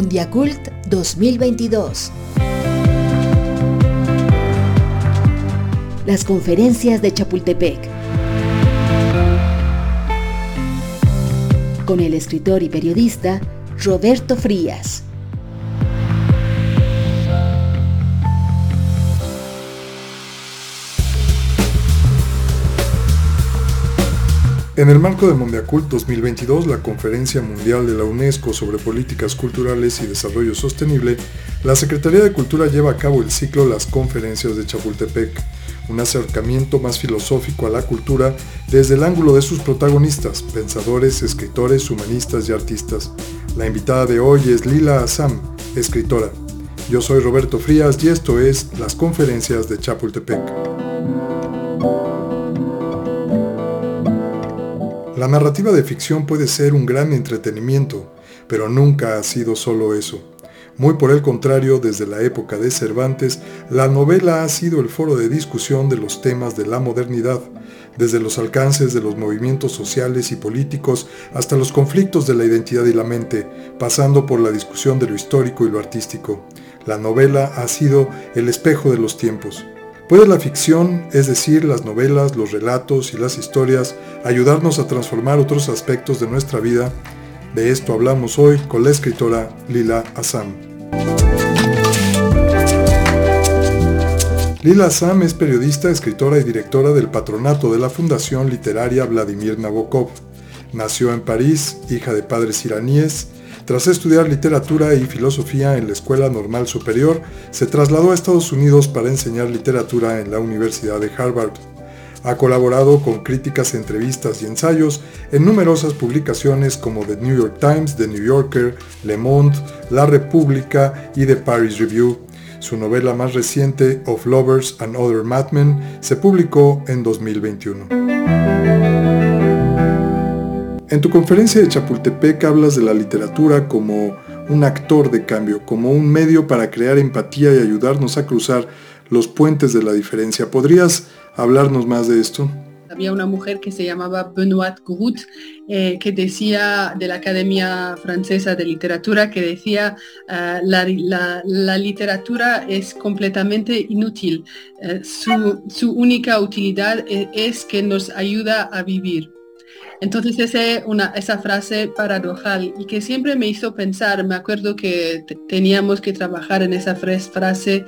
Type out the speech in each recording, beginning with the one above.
Mundiacult 2022. Las conferencias de Chapultepec. Con el escritor y periodista Roberto Frías. En el marco de Mundiacult 2022, la Conferencia Mundial de la UNESCO sobre Políticas Culturales y Desarrollo Sostenible, la Secretaría de Cultura lleva a cabo el ciclo Las Conferencias de Chapultepec, un acercamiento más filosófico a la cultura desde el ángulo de sus protagonistas, pensadores, escritores, humanistas y artistas. La invitada de hoy es Lila Azam, escritora. Yo soy Roberto Frías y esto es Las Conferencias de Chapultepec. La narrativa de ficción puede ser un gran entretenimiento, pero nunca ha sido solo eso. Muy por el contrario, desde la época de Cervantes, la novela ha sido el foro de discusión de los temas de la modernidad, desde los alcances de los movimientos sociales y políticos hasta los conflictos de la identidad y la mente, pasando por la discusión de lo histórico y lo artístico. La novela ha sido el espejo de los tiempos. ¿Puede la ficción, es decir, las novelas, los relatos y las historias, ayudarnos a transformar otros aspectos de nuestra vida? De esto hablamos hoy con la escritora Lila Azam. Lila Azam es periodista, escritora y directora del patronato de la Fundación Literaria Vladimir Nabokov. Nació en París, hija de padres iraníes. Tras estudiar literatura y filosofía en la Escuela Normal Superior, se trasladó a Estados Unidos para enseñar literatura en la Universidad de Harvard. Ha colaborado con críticas, entrevistas y ensayos en numerosas publicaciones como The New York Times, The New Yorker, Le Monde, La República y The Paris Review. Su novela más reciente, Of Lovers and Other Madmen, se publicó en 2021. En tu conferencia de Chapultepec hablas de la literatura como un actor de cambio, como un medio para crear empatía y ayudarnos a cruzar los puentes de la diferencia. ¿Podrías hablarnos más de esto? Había una mujer que se llamaba Benoît Groult, que decía, de la Academia Francesa de Literatura, que decía la literatura es completamente inútil. Su única utilidad es que nos ayuda a vivir. Entonces esa frase paradojal y que siempre me hizo pensar, me acuerdo que teníamos que trabajar en esa frase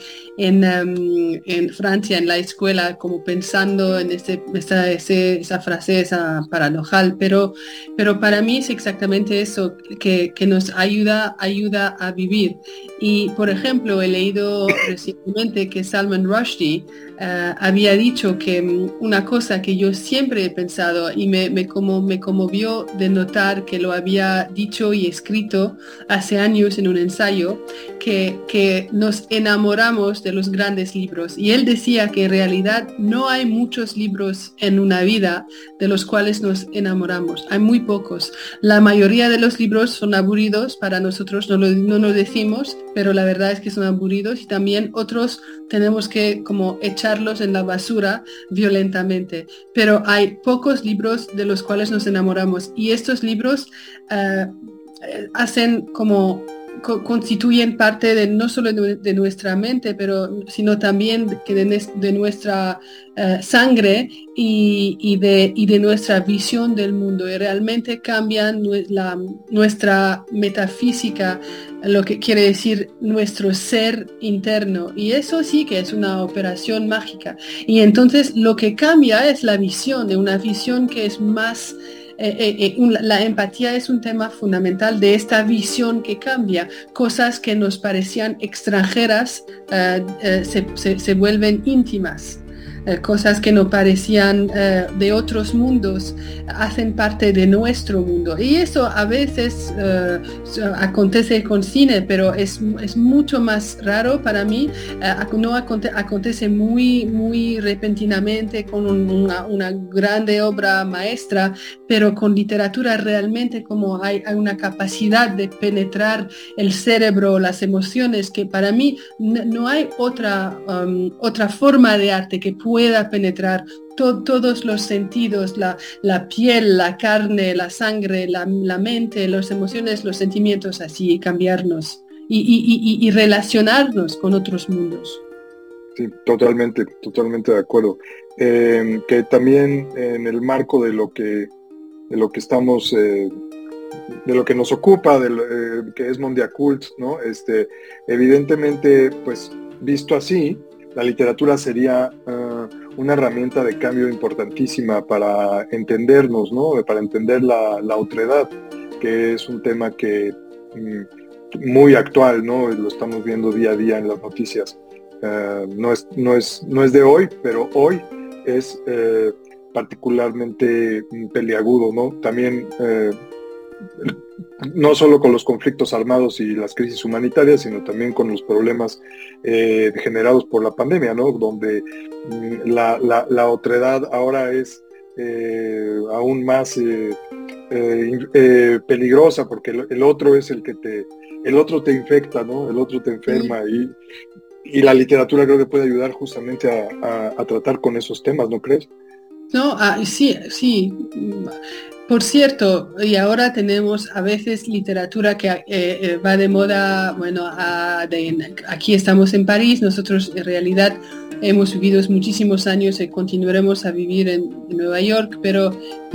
en Francia, en la escuela, como pensando en esa frase, esa paradojal, pero para mí es exactamente eso, que nos ayuda a vivir. Y por ejemplo, he leído recientemente que Salman Rushdie había dicho que una cosa que yo siempre he pensado y me conmovió de notar que lo había dicho y escrito hace años en un ensayo, que nos enamoramos de los grandes libros. Y él decía que en realidad no hay muchos libros en una vida de los cuales nos enamoramos. Hay muy pocos. La mayoría de los libros son aburridos para nosotros, no lo decimos, pero la verdad es que son aburridos y también otros tenemos que como echarlos en la basura violentamente. Pero hay pocos libros de los cuales nos enamoramos y estos libros hacen como constituyen parte de no solo de nuestra mente, sino también de nuestra sangre y de nuestra visión del mundo, y realmente cambian nuestra metafísica, lo que quiere decir nuestro ser interno, y eso sí que es una operación mágica. Y entonces lo que cambia es la visión, de una visión que es más la empatía es un tema fundamental de esta visión que cambia. Cosas que nos parecían extranjeras se vuelven íntimas. Cosas que no parecían de otros mundos hacen parte de nuestro mundo, y eso a veces acontece con cine, pero es mucho más raro para mí. No acontece muy repentinamente con una grande obra maestra, pero con literatura realmente como hay una capacidad de penetrar el cerebro, las emociones, que para mí no hay otra forma de arte que pueda penetrar todos los sentidos, la piel, la carne, la sangre, la mente, las emociones, los sentimientos, así, y cambiarnos. y relacionarnos con otros mundos. Sí, totalmente de acuerdo. Que también en el marco de lo que estamos, de lo que nos ocupa, que es Mondiacult, ¿no? Evidentemente, pues visto así, la literatura sería una herramienta de cambio importantísima para entendernos, ¿no? Para entender la otredad, que es un tema que muy actual, ¿no? Lo estamos viendo día a día en las noticias. No es de hoy, pero hoy es particularmente peliagudo, ¿no? También no solo con los conflictos armados y las crisis humanitarias, sino también con los problemas generados por la pandemia, ¿no? Donde la otredad ahora es aún más peligrosa, porque el otro es el otro te infecta, ¿no? El otro te enferma, y la literatura creo que puede ayudar justamente a tratar con esos temas, ¿no crees? No, sí. Por cierto, y ahora tenemos a veces literatura que va de moda, bueno, aquí estamos en París, nosotros en realidad hemos vivido muchísimos años y continuaremos a vivir en Nueva York, pero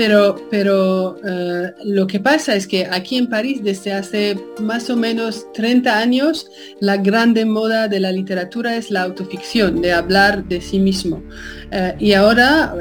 lo que pasa es que aquí en París desde hace más o menos 30 años la grande moda de la literatura es la autoficción, de hablar de sí mismo. Y ahora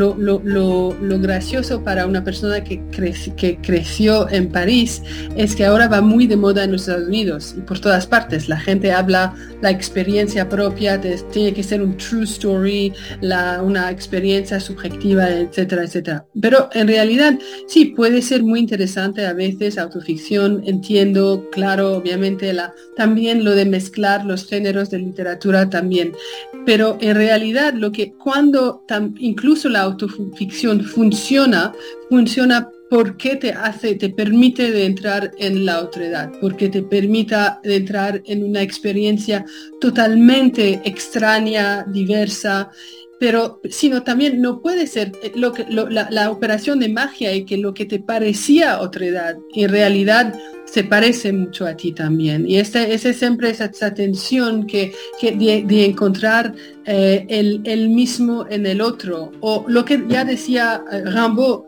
lo gracioso para una persona que creció en París es que ahora va muy de moda en los Estados Unidos y por todas partes. La gente habla la experiencia propia, tiene que ser un true story, una experiencia subjetiva, etcétera, etcétera. Pero en realidad sí, puede ser muy interesante a veces autoficción, entiendo, claro, obviamente también lo de mezclar los géneros de literatura también. Pero en realidad cuando incluso la autoficción funciona porque te permite de entrar en la otredad, porque te permita de entrar en una experiencia totalmente extraña, diversa, pero sino también no puede ser la operación de magia y que lo que te parecía otredad en realidad se parece mucho a ti también. Y siempre esa tensión de encontrar el mismo en el otro. O lo que ya decía Rimbaud,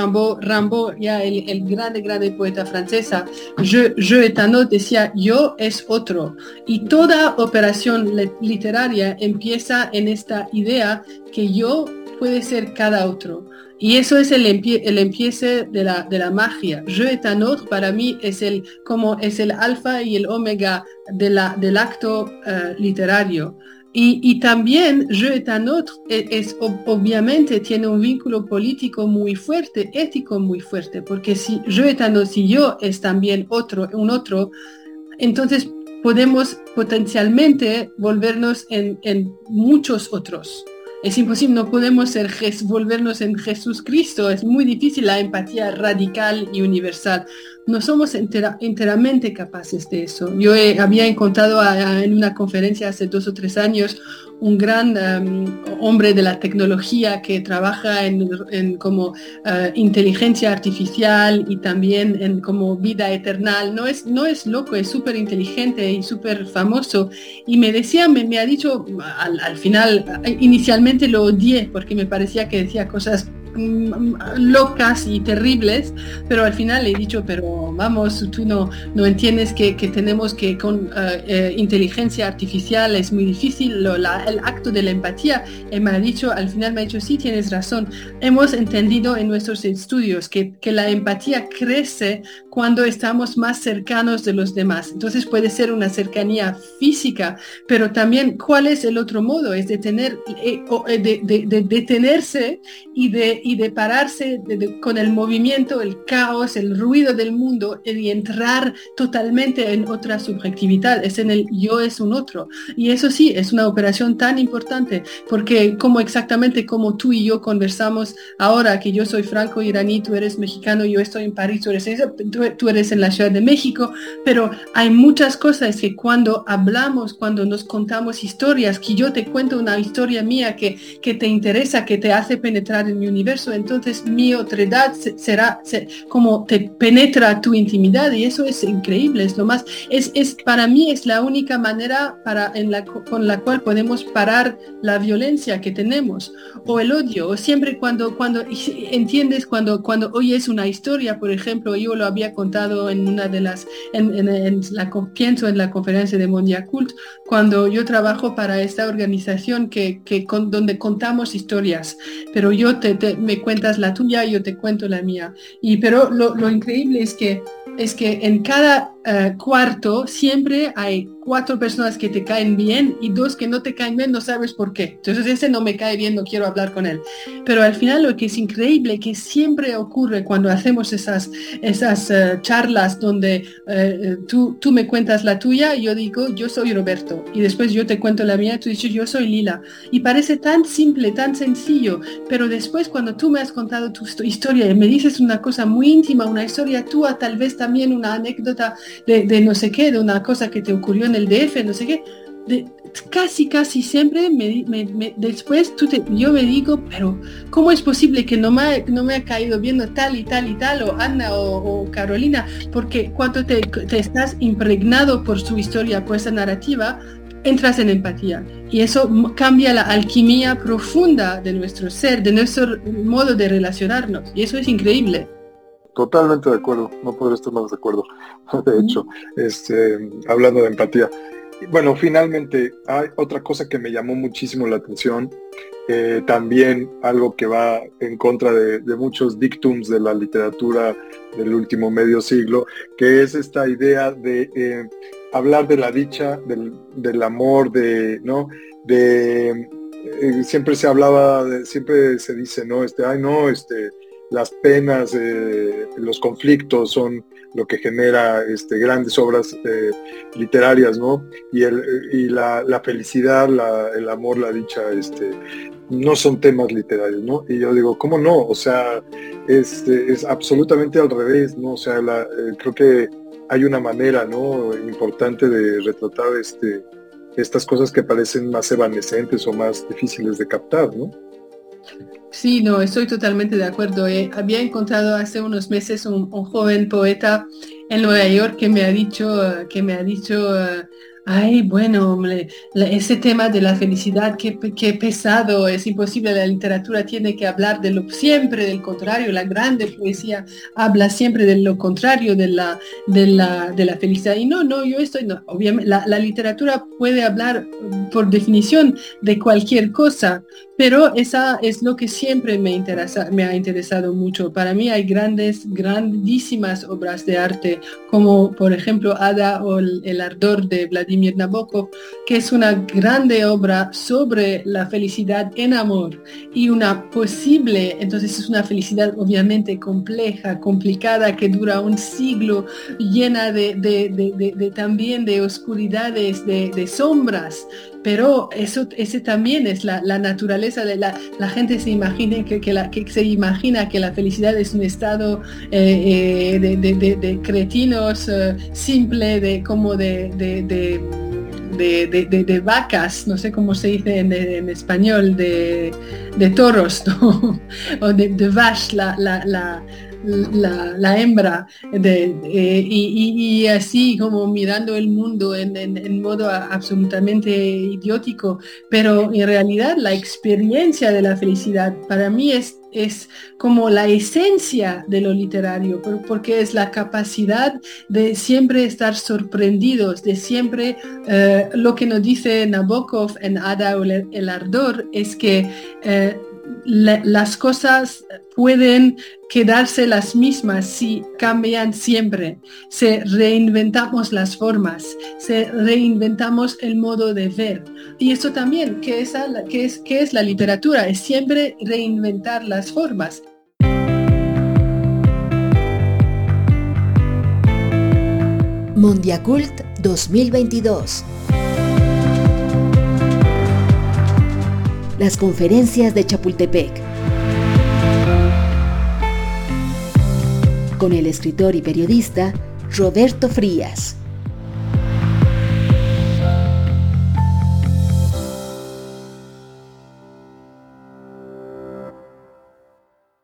ya el grande poeta francesa, je est un autre, decía, yo es otro. Y toda operación literaria empieza en esta idea que yo puede ser cada otro. Y eso es el empiece de la magia. Je est un autre para mí es el alfa y el omega del acto literario. Y también Je est un autre obviamente tiene un vínculo político muy fuerte, ético muy fuerte, porque si Je est un autre, si yo es también un otro, entonces podemos potencialmente volvernos en muchos otros. Es imposible, no podemos volvernos en Jesús Cristo, es muy difícil la empatía radical y universal. No somos enteramente capaces de eso. Yo había encontrado en una conferencia hace 2 o 3 años un gran hombre de la tecnología que trabaja en como inteligencia artificial y también en como vida eterna. No es loco, es súper inteligente y súper famoso. Y me decía, me ha dicho, al final, inicialmente lo odié porque me parecía que decía cosas locas y terribles, pero al final le he dicho, pero vamos, tú no entiendes que tenemos que con inteligencia artificial es muy difícil el acto de la empatía. Y al final me ha dicho, sí, tienes razón, hemos entendido en nuestros estudios que la empatía crece cuando estamos más cercanos de los demás. Entonces puede ser una cercanía física, pero también ¿cuál es el otro modo? Es de detenerse y de pararse con el movimiento, el caos, el ruido del mundo y entrar totalmente en otra subjetividad, es en el yo es un otro. Y eso sí, es una operación tan importante, porque exactamente como tú y yo conversamos ahora, que yo soy franco-iraní, tú eres mexicano, yo estoy en París, tú eres en la Ciudad de México, pero hay muchas cosas que cuando hablamos, cuando nos contamos historias, que yo te cuento una historia mía que te interesa, que te hace penetrar en mi universo, universo, entonces mi otredad será como te penetra tu intimidad, y eso es increíble, es lo más, para mí es la única manera con la cual podemos parar la violencia que tenemos, o el odio, o siempre cuando entiendes, cuando oyes una historia, por ejemplo, yo lo había contado en una de las, pienso en la conferencia de Mondiacult, cuando yo trabajo para esta organización donde contamos historias, pero me cuentas la tuya, yo te cuento la mía, pero lo increíble es que en cada cuarto siempre hay 4 personas que te caen bien y 2 que no te caen bien, no sabes por qué. Entonces ese no me cae bien, no quiero hablar con él. Pero al final lo que es increíble, que siempre ocurre cuando hacemos esas charlas donde tú me cuentas la tuya y yo digo, yo soy Roberto, y después yo te cuento la mía y tú dices, yo soy Lila. Y parece tan simple, tan sencillo, pero después cuando tú me has contado tu historia y me dices una cosa muy íntima, una historia tuya, tal vez también una anécdota de no sé qué, de una cosa que te ocurrió en el DF, no sé qué, casi siempre después yo me digo, pero ¿cómo es posible que no me ha caído bien tal y tal y tal, o Ana o Carolina? Porque cuando te estás impregnado por su historia, por esa narrativa, entras en empatía, y eso cambia la alquimia profunda de nuestro ser, de nuestro modo de relacionarnos, y eso es increíble. Totalmente de acuerdo, no podría estar más de acuerdo. De hecho, hablando de empatía. Bueno, finalmente hay otra cosa que me llamó muchísimo la atención, también algo que va en contra de muchos dictums de la literatura del último medio siglo, que es esta idea de hablar de la dicha, del amor, siempre se hablaba, siempre se dice, ¿no? Las penas, los conflictos son lo que genera grandes obras literarias, ¿no? Y la felicidad, el amor, la dicha, no son temas literarios, ¿no? Y yo digo, ¿cómo no? O sea, es absolutamente al revés, ¿no? O sea, creo que hay una manera, ¿no?, importante de retratar estas cosas que parecen más evanescentes o más difíciles de captar, ¿no? Sí, no, estoy totalmente de acuerdo. Había encontrado hace unos meses un joven poeta en Nueva York que me ha dicho, ay, bueno, ese tema de la felicidad, qué pesado, es imposible, la literatura tiene que hablar siempre del contrario, la grande poesía habla siempre de lo contrario de la felicidad. Y no, obviamente la literatura puede hablar por definición de cualquier cosa, pero esa es lo que siempre me ha interesado mucho. Para mí hay grandísimas obras de arte, como por ejemplo Ada o El ardor de Vladimir Nabokov, que es una grande obra sobre la felicidad en amor y entonces es una felicidad obviamente compleja, complicada, que dura un siglo, llena también de oscuridades, de sombras. Pero ese también es la naturaleza de la gente se imagina que se imagina que la felicidad es un estado de cretinos, simple, de vacas, no sé cómo se dice en español, de toros, ¿no? O de vache, la hembra, y así como mirando el mundo en modo absolutamente idiótico, pero en realidad la experiencia de la felicidad para mí es como la esencia de lo literario, porque es la capacidad de siempre estar sorprendidos, de siempre, lo que nos dice Nabokov en Ada o El ardor, es que las cosas pueden quedarse las mismas si cambian siempre. Se reinventamos las formas, se reinventamos el modo de ver. Y eso también, ¿qué es la literatura? Es siempre reinventar las formas. Mondiacult 2022. Las conferencias de Chapultepec. Con el escritor y periodista Roberto Frías.